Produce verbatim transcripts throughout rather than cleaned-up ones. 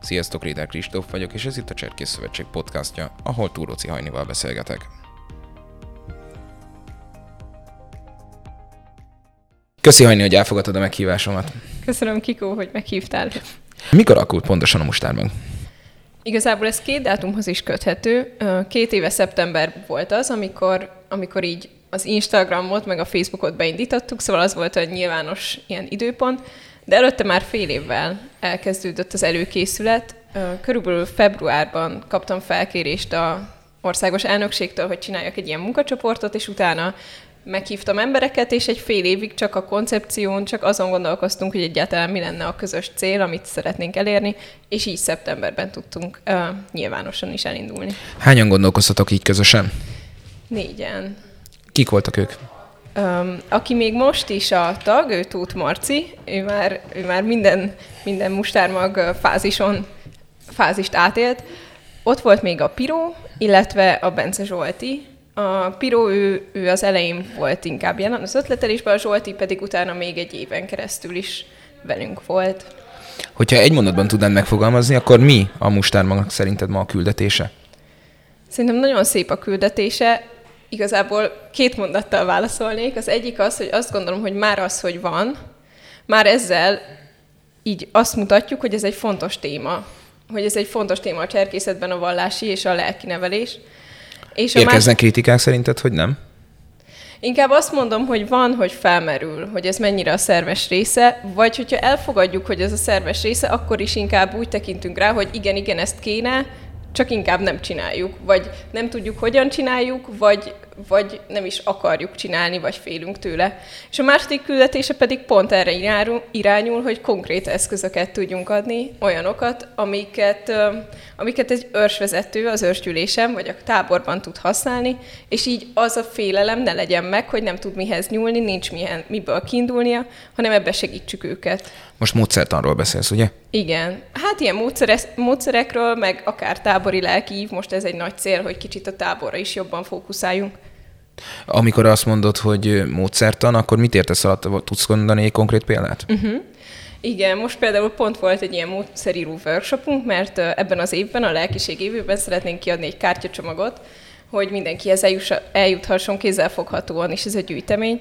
Sziasztok, Réder Kristóf vagyok, és ez itt a Cserkész Szövetség podcastja, ahol Túróci Hajnival beszélgetek. Köszi, Hajni, hogy elfogadtad a meghívásomat. Köszönöm, Kikó, hogy meghívtál. Mikor alakult pontosan a Mustármag? Igazából ez két dátumhoz is köthető. Két éve szeptember volt az, amikor, amikor így az Instagramot, meg a Facebookot beindítottuk, szóval az volt a nyilvános ilyen időpont, de előtte már fél évvel elkezdődött az előkészület. Körülbelül februárban kaptam felkérést az országos elnökségtől, hogy csináljak egy ilyen munkacsoportot, és utána meghívtam embereket, és egy fél évig csak a koncepción, csak azon gondolkoztunk, hogy egyáltalán mi lenne a közös cél, amit szeretnénk elérni, és így szeptemberben tudtunk uh, nyilvánosan is elindulni. Hányan gondolkoztatok így közösen? Négyen. Kik voltak ők? Um, aki még most is a tag, ő Tóth Marci, ő már, ő már minden, minden Mustármag fázison, fázist átélt. Ott volt még a Piró, illetve a Bence Zsolti. A Piró, ő, ő az elején volt inkább jelen az ötletelésben, a Zsolti pedig utána még egy éven keresztül is velünk volt. Hogyha egy mondatban tudnád megfogalmazni, akkor mi a Mustármagnak szerinted ma a küldetése? Szerintem nagyon szép a küldetése. Igazából két mondattal válaszolnék. Az egyik az, hogy azt gondolom, hogy már az, hogy van, már ezzel így azt mutatjuk, hogy ez egy fontos téma. Hogy ez egy fontos téma a cserkészetben, a vallási és a lelkinevelés. És Érkeznek más... kritikák szerinted, hogy nem? Inkább azt mondom, hogy van, hogy felmerül, hogy ez mennyire a szerves része, vagy hogyha elfogadjuk, hogy ez a szerves része, akkor is inkább úgy tekintünk rá, hogy igen, igen, ezt kéne, csak inkább nem csináljuk, vagy nem tudjuk, hogyan csináljuk, vagy, vagy nem is akarjuk csinálni, vagy félünk tőle. És a második küldetése pedig pont erre irányul, irányul, hogy konkrét eszközöket tudjunk adni, olyanokat, amiket, amiket egy őrsvezető az őrsgyűlésen, vagy a táborban tud használni, és így az a félelem ne legyen meg, hogy nem tud mihez nyúlni, nincs mihen, miből kiindulnia, hanem ebbe segítsük őket. Most módszertanról beszélsz, ugye? Igen. Hát ilyen módszeres, módszerekről, meg akár tábori lelkiív, most ez egy nagy cél, hogy kicsit a táborra is jobban fókuszáljunk. Amikor azt mondod, hogy módszertan, akkor mit értesz alatt? Tudsz mondani egy konkrét példát? Uh-huh. Igen, most például pont volt egy ilyen módszeríró workshopunk, mert ebben az évben, a lelkiség évében szeretnénk kiadni egy kártyacsomagot, hogy mindenkihez eljuthasson kézzelfoghatóan is ez a gyűjtemény.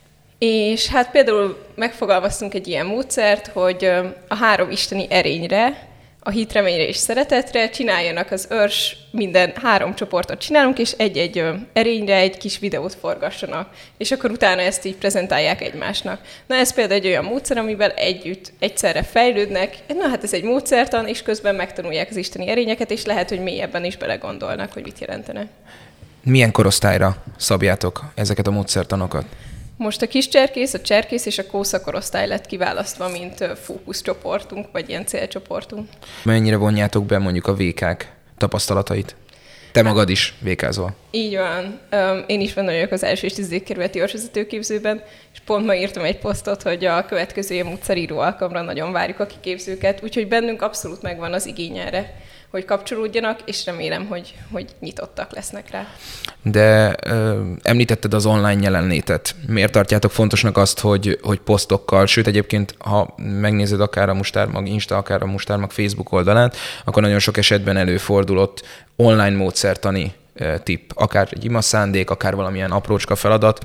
És hát például megfogalmaztunk egy ilyen módszert, hogy a három isteni erényre, a hit, reményre és szeretetre csináljanak az őrs, minden három csoportot csinálunk, és egy-egy erényre egy kis videót forgassanak. És akkor utána ezt így prezentálják egymásnak. Na ez például egy olyan módszer, amivel együtt egyszerre fejlődnek. Na hát ez egy módszertan, és közben megtanulják az isteni erényeket, és lehet, hogy mélyebben is belegondolnak, hogy mit jelentenek. Milyen korosztályra szabjátok ezeket a módszertanokat? Most a kiscserkész, a cserkész és a kószakorosztály lett kiválasztva, mint fókuszcsoportunk, vagy ilyen célcsoportunk. Mennyire vonjátok be mondjuk a vékák tapasztalatait? Te magad is vékázol. Így van. Én is benne vagyok az első és tizedik kerületi őrsvezetőképzőben, és pont ma írtam egy posztot, hogy a következő ilyen módszeríró alkalomra nagyon várjuk a kiképzőket, úgyhogy bennünk abszolút megvan az igény erre, hogy kapcsolódjanak, és remélem, hogy, hogy nyitottak lesznek rá. De ö, említetted az online jelenlétet. Miért tartjátok fontosnak azt, hogy, hogy posztokkal, sőt egyébként, ha megnézed akár a Mustármag Insta, akár a Mustármag Facebook oldalát, akkor nagyon sok esetben előfordulott online módszertani ö, tipp, akár egy ima szándék, akár valamilyen aprócska feladat,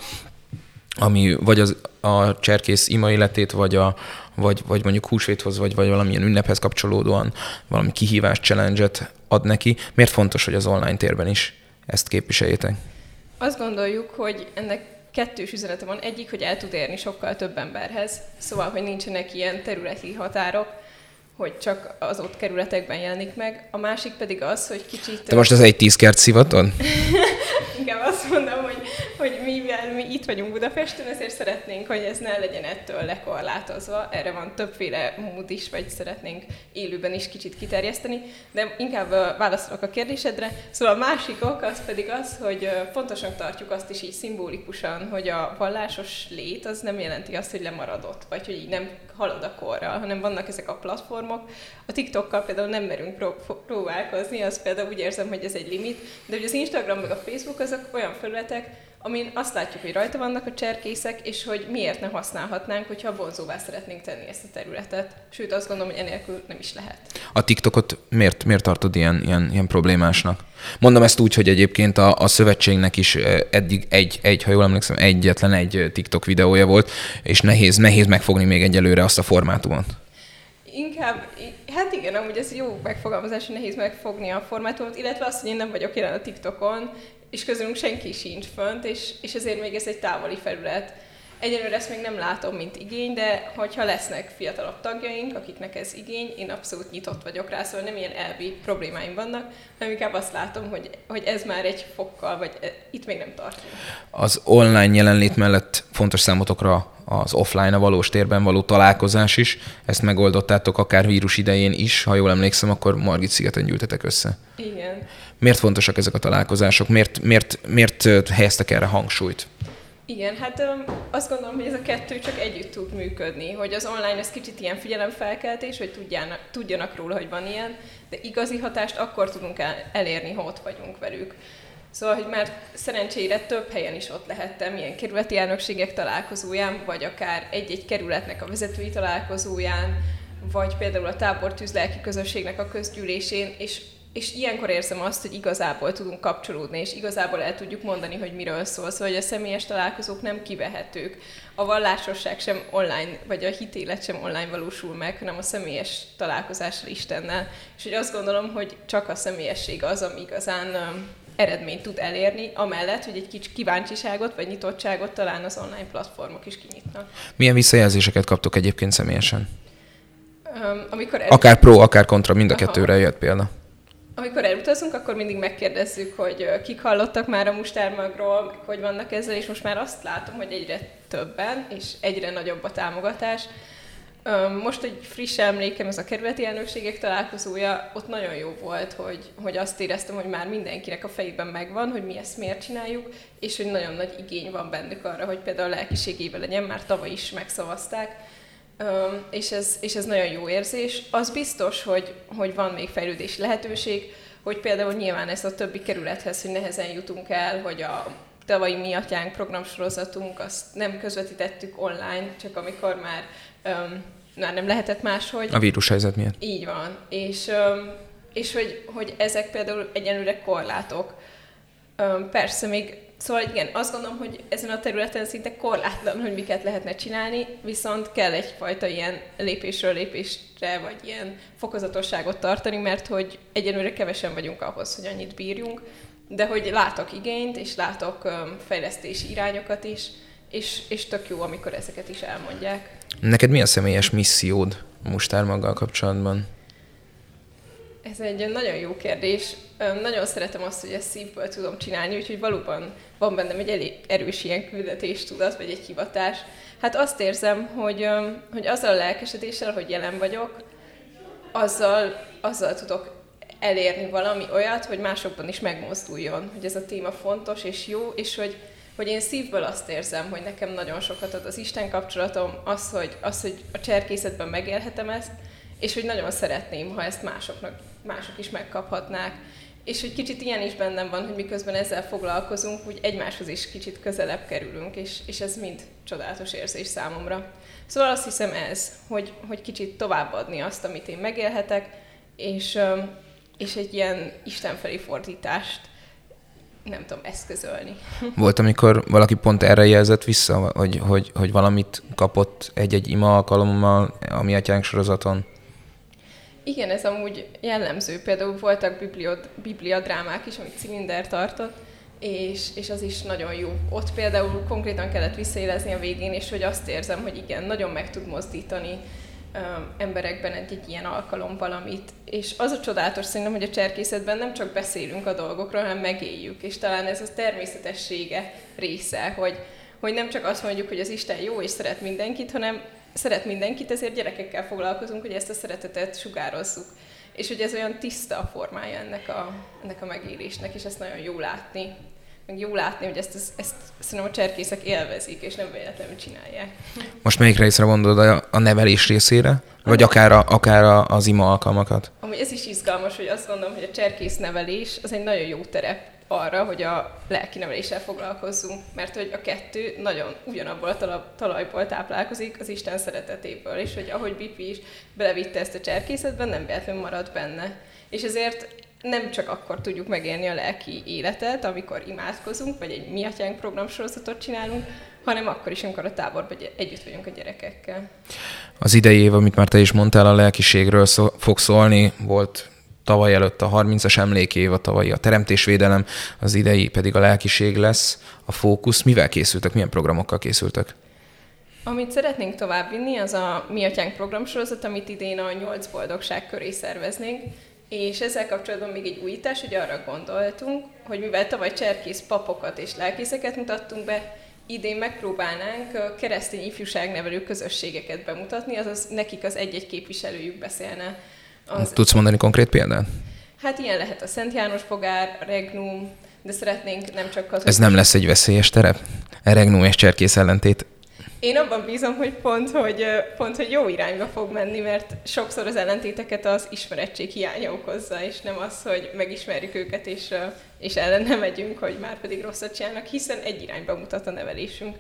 ami vagy az, a cserkész ima életét, vagy, a, vagy, vagy mondjuk húsvéthoz, vagy, vagy valamilyen ünnephez kapcsolódóan valami kihívás, challenge-et ad neki. Miért fontos, hogy az online térben is ezt képviseljétek? Azt gondoljuk, hogy ennek kettős üzenete van. Egyik, hogy el tud érni sokkal több emberhez, szóval, hogy nincsenek ilyen területi határok, hogy csak az ott kerületekben jelenik meg. A másik pedig az, hogy kicsit... Te most az egy tíz kert szivatod? Inkább azt mondom, hogy, hogy mivel mi itt vagyunk Budapesten, ezért szeretnénk, hogy ez ne legyen ettől lekorlátozva. Erre van többféle mód is, vagy szeretnénk élőben is kicsit kiterjeszteni, de inkább válaszolok a kérdésedre. Szóval a másik ok az pedig az, hogy fontosnak tartjuk azt is így szimbolikusan, hogy a vallásos lét az nem jelenti azt, hogy lemaradott, vagy hogy így nem halad a korral, hanem vannak ezek a platformok. A TikTokkal például nem merünk pró- próbálkozni, az például úgy érzem, hogy ez egy limit, de hogy az Instagram meg a Facebook azok olyan felületek, amin azt látjuk, hogy rajta vannak a cserkészek, és hogy miért ne használhatnánk, hogyha vonzóvá szeretnénk tenni ezt a területet. Sőt, azt gondolom, hogy enélkül nem is lehet. A TikTokot miért, miért tartod ilyen, ilyen, ilyen problémásnak? Mondom ezt úgy, hogy egyébként a, a szövetségnek is eddig egy, egy, ha jól emlékszem, egyetlen egy TikTok videója volt, és nehéz, nehéz megfogni még egyelőre azt a formátumot. Inkább, hát igen, amúgy ez jó megfogalmazás, hogy nehéz megfogni a formátumot, illetve azt, hogy én nem vagyok jelen a TikTokon, és közülünk senki sincs fönt, és, és ezért még ez egy távoli felület. Egyelőre ezt még nem látom, mint igény, de hogyha lesznek fiatalabb tagjaink, akiknek ez igény, én abszolút nyitott vagyok rá, szóval nem ilyen elvi problémáim vannak, hanem inkább azt látom, hogy, hogy ez már egy fokkal, vagy itt még nem tartunk. Az online jelenlét mellett fontos számotokra az offline, a valós térben való találkozás is. Ezt megoldottátok akár vírus idején is, ha jól emlékszem, akkor Margit-szigeten gyűltetek össze. Igen. Miért fontosak ezek a találkozások? Miért, miért, miért helyeztek erre hangsúlyt? Igen, hát öm, azt gondolom, hogy ez a kettő csak együtt tud működni, hogy az online ez kicsit ilyen figyelemfelkeltés, hogy tudjának, tudjanak róla, hogy van ilyen, de igazi hatást akkor tudunk el, elérni, ha ott vagyunk velük. Szóval, hogy már szerencsére több helyen is ott lehettem, ilyen kerületi elnökségek találkozóján, vagy akár egy-egy kerületnek a vezetői találkozóján, vagy például a Tábor tűzlelki közösségnek a közgyűlésén, és És ilyenkor érzem azt, hogy igazából tudunk kapcsolódni, és igazából el tudjuk mondani, hogy miről szól. Szóval, hogy a személyes találkozók nem kivehetők. A vallásosság sem online, vagy a hitélet sem online valósul meg, hanem a személyes találkozással Istennel. És hogy azt gondolom, hogy csak a személyesség az, ami igazán um, eredményt tud elérni, amellett, hogy egy kicsi kíváncsiságot vagy nyitottságot talán az online platformok is kinyitnak. Milyen visszajelzéseket kaptok egyébként személyesen? Um, amikor el... Akár pro, akár kontra, mind a kettőre jött példa. Amikor elutazunk, akkor mindig megkérdezzük, hogy kik hallottak már a mustármagról, meg hogy vannak ezzel, és most már azt látom, hogy egyre többen, és egyre nagyobb a támogatás. Most egy friss emlékem, ez a kerületi elnökségek találkozója, ott nagyon jó volt, hogy, hogy azt éreztem, hogy már mindenkinek a fejében megvan, hogy mi ezt miért csináljuk, és hogy nagyon nagy igény van bennük arra, hogy például a lelkiségével legyen, már tavaly is megszavazták. Um, és, ez, és ez nagyon jó érzés. Az biztos, hogy, hogy van még fejlődési lehetőség, hogy például nyilván ez a többi kerülethez, hogy nehezen jutunk el, hogy a tavalyi Mi Atyánk programsorozatunk, azt nem közvetítettük online, csak amikor már, um, már nem lehetett máshogy. A vírushelyzet miatt. Így van. És, um, és hogy, hogy ezek például egyenlőre korlátok. Um, persze még Szóval igen, azt gondolom, hogy ezen a területen szinte korlátlan, hogy miket lehetne csinálni, viszont kell egyfajta ilyen lépésről lépésre, vagy ilyen fokozatosságot tartani, mert hogy egyenlőre kevesen vagyunk ahhoz, hogy annyit bírjunk, de hogy látok igényt, és látok um, fejlesztési irányokat is, és, és tök jó, amikor ezeket is elmondják. Neked mi a személyes missziód a mustármaggal kapcsolatban? Ez egy nagyon jó kérdés. Nagyon szeretem azt, hogy ezt szívből tudom csinálni, úgyhogy valóban van bennem egy elég erős ilyen küldetéstudat, vagy egy hivatás. Hát azt érzem, hogy, hogy azzal a lelkesedéssel, hogy jelen vagyok, azzal, azzal tudok elérni valami olyat, hogy másokban is megmozduljon, hogy ez a téma fontos és jó, és hogy, hogy én szívből azt érzem, hogy nekem nagyon sokat ad az Isten kapcsolatom, az, hogy, az, hogy a cserkészetben megélhetem ezt, és hogy nagyon szeretném, ha ezt másoknak, mások is megkaphatnák. És hogy kicsit ilyen is bennem van, hogy miközben ezzel foglalkozunk, úgy egymáshoz is kicsit közelebb kerülünk, és, és ez mind csodálatos érzés számomra. Szóval azt hiszem ez, hogy, hogy kicsit továbbadni azt, amit én megélhetek, és, és egy ilyen Isten felé fordítást, nem tudom, eszközölni. Volt, amikor valaki pont erre jelzett vissza, hogy, hogy, hogy valamit kapott egy-egy ima alkalommal a Mi Atyánk sorozaton? Igen, ez amúgy jellemző. Például voltak bibliod, bibliadrámák is, amit Cilinder tartott, és, és az is nagyon jó. Ott például konkrétan kellett visszaélezni a végén, és hogy azt érzem, hogy igen, nagyon meg tud mozdítani um, emberekben egy-egy ilyen alkalom valamit. És az a csodálatos szerintem, hogy a cserkészetben nem csak beszélünk a dolgokról, hanem megéljük, és talán ez a természetessége része, hogy, hogy nem csak azt mondjuk, hogy az Isten jó és szeret mindenkit, hanem szeret mindenkit, ezért gyerekekkel foglalkozunk, hogy ezt a szeretetet sugározzuk. És hogy ez olyan tiszta a formája ennek a, ennek a megélésnek, és ezt nagyon jó látni. Meg jó látni, hogy ezt, ezt, ezt szerintem a cserkészek élvezik, és nem véletlenül csinálják. Most melyik részre gondolod, a, a nevelés részére? Vagy akár, a, akár a, az ima alkalmakat? Amúgy ez is izgalmas, hogy azt gondolom, hogy a cserkész nevelés az egy nagyon jó terep arra, hogy a lelkineveléssel foglalkozzunk, mert hogy a kettő nagyon ugyanabból a talajból táplálkozik, az Isten szeretetéből, és hogy ahogy Bipi is belevitte ezt a cserkészetben, nem véletlenül marad benne. És ezért nem csak akkor tudjuk megélni a lelki életet, amikor imádkozunk, vagy egy Mi Atyánk programsorozatot csinálunk, hanem akkor is, amikor a táborban együtt vagyunk a gyerekekkel. Az idei év, amit már te is mondtál, a lelkiségről szó, fog szólni, volt tavaly előtt a harmincas emlékév, a tavalyi a teremtésvédelem, az idei pedig a lelkiség lesz a fókusz. Mivel készültek, milyen programokkal készültek? Amit szeretnénk továbbvinni, az a Mi Atyánk programsorozat, amit idén a nyolc boldogság köré szerveznénk, és ezzel kapcsolatban még egy újítás, hogy arra gondoltunk, hogy mivel tavaly cserkész papokat és lelkészeket mutattunk be, idén megpróbálnánk keresztény ifjúságnevelő közösségeket bemutatni, azaz nekik az egy-egy képviselőjük beszélne. Az... Tudsz mondani konkrét példát? Hát ilyen lehet a Szent János Bogár, a Regnum, de szeretnénk nem csak az... Ez nem lesz egy veszélyes terep? A Regnum és cserkész ellentét? Én abban bízom, hogy pont, hogy pont, hogy jó irányba fog menni, mert sokszor az ellentéteket az ismerettség hiánya okozza, és nem az, hogy megismerjük őket, és, és ellene megyünk, hogy már pedig rosszat csinálnak, hiszen egy irányba mutat a nevelésünk.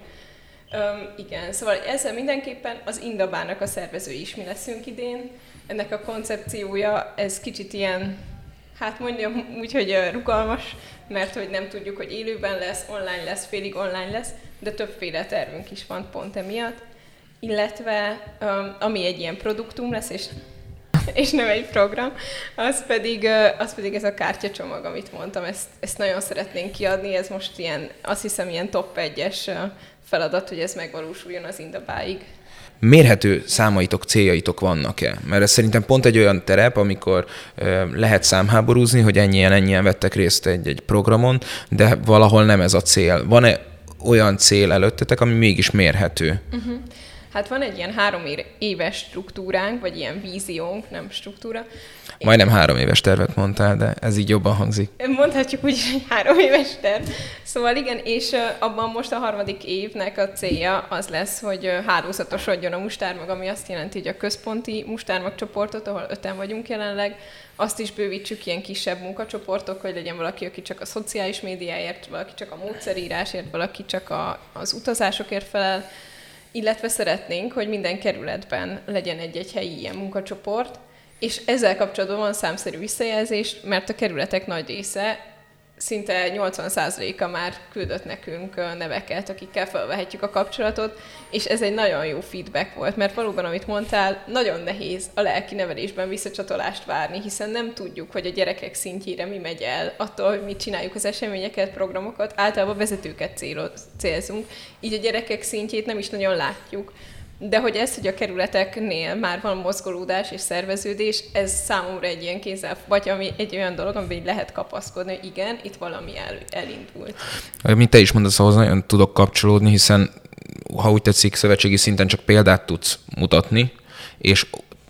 Um, igen, szóval ezzel mindenképpen az Indabának a szervezői is mi leszünk idén. Ennek a koncepciója, ez kicsit ilyen, hát mondjam úgy, hogy rugalmas, mert hogy nem tudjuk, hogy élőben lesz, online lesz, félig online lesz, de többféle tervünk is van pont emiatt. Illetve, um, ami egy ilyen produktum lesz, és, és nem egy program, az pedig, az pedig ez a kártyacsomag, amit mondtam, ezt, ezt nagyon szeretnénk kiadni, ez most ilyen, azt hiszem, ilyen top egyes feladat, hogy ez megvalósuljon az Indabáig. Mérhető számaitok, céljaitok vannak-e? Mert ez szerintem pont egy olyan terep, amikor ö, lehet számháborúzni, hogy ennyien, ennyien vettek részt egy-egy programon, de valahol nem ez a cél. Van-e olyan cél előttetek, ami mégis mérhető? Uh-huh. Hát van egy ilyen három éves struktúránk, vagy ilyen víziónk, nem struktúra. Majdnem három éves tervet mondtál, de ez így jobban hangzik. Mondhatjuk úgy, hogy három éves terv. Szóval igen, és abban most a harmadik évnek a célja az lesz, hogy hálózatosodjon a Mustármag, ami azt jelenti, hogy a központi Mustármag csoportot, ahol öten vagyunk jelenleg, azt is bővítsük ilyen kisebb munkacsoportok, hogy legyen valaki, aki csak a szociális médiáért, valaki csak a módszerírásért, valaki csak a, az utazásokért felel, illetve szeretnénk, hogy minden kerületben legyen egy-egy helyi ilyen munkacsoport, és ezzel kapcsolatban van számszerű visszajelzés, mert a kerületek nagy része, szinte nyolcvan százaléka már küldött nekünk neveket, akikkel felvehetjük a kapcsolatot, és ez egy nagyon jó feedback volt, mert valóban, amit mondtál, nagyon nehéz a lelki nevelésben visszacsatolást várni, hiszen nem tudjuk, hogy a gyerekek szintjére mi megy el, attól, hogy mi csináljuk az eseményeket, programokat, általában vezetőket céloz, célzunk, így a gyerekek szintjét nem is nagyon látjuk. De hogy ez, hogy a kerületeknél már van mozgolódás és szerveződés, ez számomra egy ilyen kézzel, vagy ami egy olyan dolog, amiben lehet kapaszkodni, hogy igen, itt valami el, elindult. Mint te is mondasz, ahhoz nagyon tudok kapcsolódni, hiszen ha úgy tetszik, szövetségi szinten csak példát tudsz mutatni, és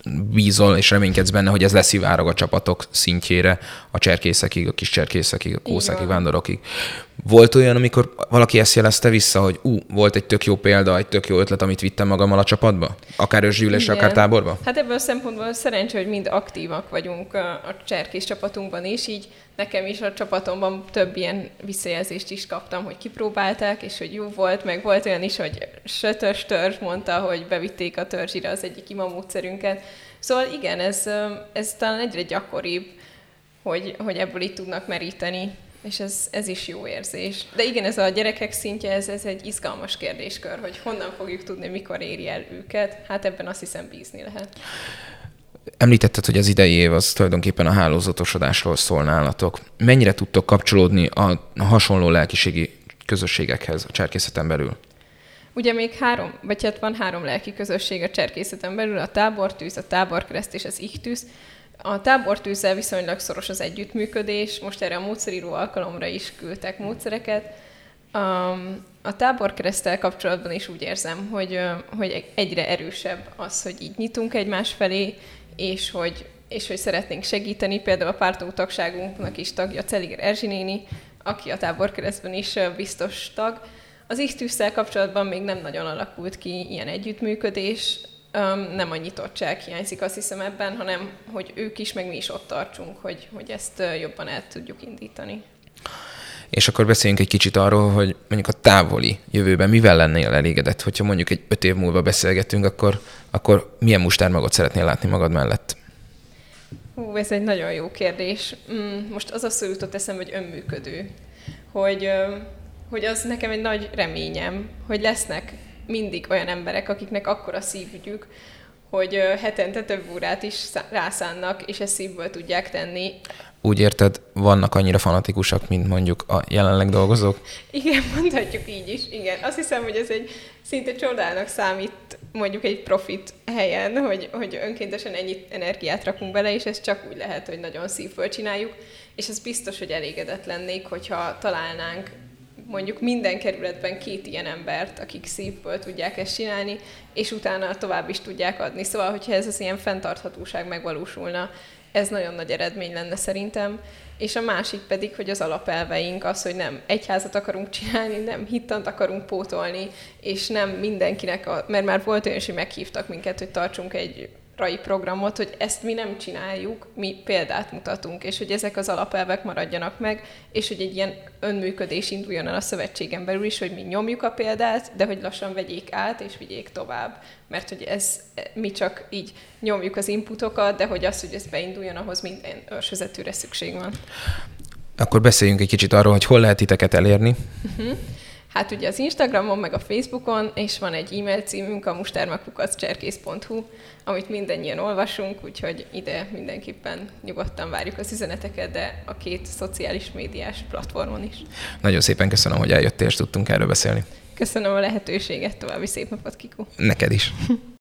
bízol és reménykedsz benne, hogy ez leszivárog a csapatok szintjére, a cserkészekig, a kis cserkészekig, a kószáki vándorokig. Volt olyan, amikor valaki ezt jelezte vissza, hogy ú, volt egy tök jó példa, egy tök jó ötlet, amit vittem magammal a csapatba? Akár ősgyűlésre, akár táborba? Hát ebből a szempontból szerencsé, hogy mind aktívak vagyunk a cserkész csapatunkban is, így nekem is a csapatomban több ilyen visszajelzést is kaptam, hogy kipróbálták, és hogy jó volt, meg volt olyan is, hogy Sötös törzs mondta, hogy bevitték a törzsire az egyik imamódszerünket. Szóval igen, ez, ez talán egyre gyakoribb, hogy, hogy ebből itt tudnak meríteni, és ez, ez is jó érzés. De igen, ez a gyerekek szintje, ez, ez egy izgalmas kérdéskör, hogy honnan fogjuk tudni, mikor éri el őket. Hát ebben azt hiszem bízni lehet. Említetted, hogy az idei év az tulajdonképpen a hálózatosodásról szól nálatok. Mennyire tudtok kapcsolódni a hasonló lelkiségi közösségekhez a cserkészeten belül? Ugye még három, vagy hát van három lelki közösség a cserkészeten belül, a Tábortűz, a Táborkereszt és az Ichtűz. A Tábortűzzel viszonylag szoros az együttműködés, most erre a módszeríró alkalomra is küldtek módszereket. A Táborkereszttel kapcsolatban is úgy érzem, hogy, hogy egyre erősebb az, hogy így nyitunk egymás felé, és hogy, és hogy szeretnénk segíteni. Például a pártó tagságunknak is tagja Celiger Erzsi néni, aki a Táborkeresztben is biztos tag. Az Ichtűzzel kapcsolatban még nem nagyon alakult ki ilyen együttműködés, nem a nyitottság hiányzik, azt hiszem ebben, hanem hogy ők is, meg mi is ott tartsunk, hogy, hogy ezt jobban el tudjuk indítani. És akkor beszéljünk egy kicsit arról, hogy mondjuk a távoli jövőben mivel lennél elégedett, hogyha mondjuk egy öt év múlva beszélgetünk, akkor, akkor milyen mustármagot szeretnél látni magad mellett? Hú, ez egy nagyon jó kérdés. Most az a szó jutott eszembe, hogy önműködő. Hogy, hogy az nekem egy nagy reményem, hogy lesznek mindig olyan emberek, akiknek akkora szívügyük, hogy hetente több órát is rászánnak, és ezt szívből tudják tenni. Úgy érted, vannak annyira fanatikusak, mint mondjuk a jelenleg dolgozók? Igen, mondhatjuk így is, igen. Azt hiszem, hogy ez egy szinte csodának számít mondjuk egy profit helyen, hogy, hogy önkéntesen ennyi energiát rakunk bele, és ez csak úgy lehet, hogy nagyon szívből csináljuk, és ez biztos, hogy elégedett lennék, hogyha találnánk mondjuk minden kerületben két ilyen embert, akik szívből tudják ezt csinálni, és utána tovább is tudják adni. Szóval, hogyha ez az ilyen fenntarthatóság megvalósulna, ez nagyon nagy eredmény lenne szerintem. És a másik pedig, hogy az alapelveink az, hogy nem egyházat akarunk csinálni, nem hittant akarunk pótolni, és nem mindenkinek, a, mert már volt olyan, hogy meghívtak minket, hogy tartsunk egy rai programot, hogy ezt mi nem csináljuk, mi példát mutatunk, és hogy ezek az alapelvek maradjanak meg, és hogy egy ilyen önműködés induljon el a szövetségen belül is, hogy mi nyomjuk a példát, de hogy lassan vegyék át, és vigyék tovább. Mert hogy ez, mi csak így nyomjuk az inputokat, de hogy az, hogy ez beinduljon, ahhoz minden őrsvezetőre szükség van. Akkor beszéljünk egy kicsit arról, hogy hol lehet titeket elérni. Uh-huh. Hát ugye az Instagramon, meg a Facebookon, és van egy e-mail címünk, a mustármag kukac cserkész pont hu, amit mindannyian olvasunk, úgyhogy ide mindenképpen nyugodtan várjuk az üzeneteket, de a két szociális médiás platformon is. Nagyon szépen köszönöm, hogy eljöttél, és tudtunk erről beszélni. Köszönöm a lehetőséget, további szép napot, Kiku. Neked is.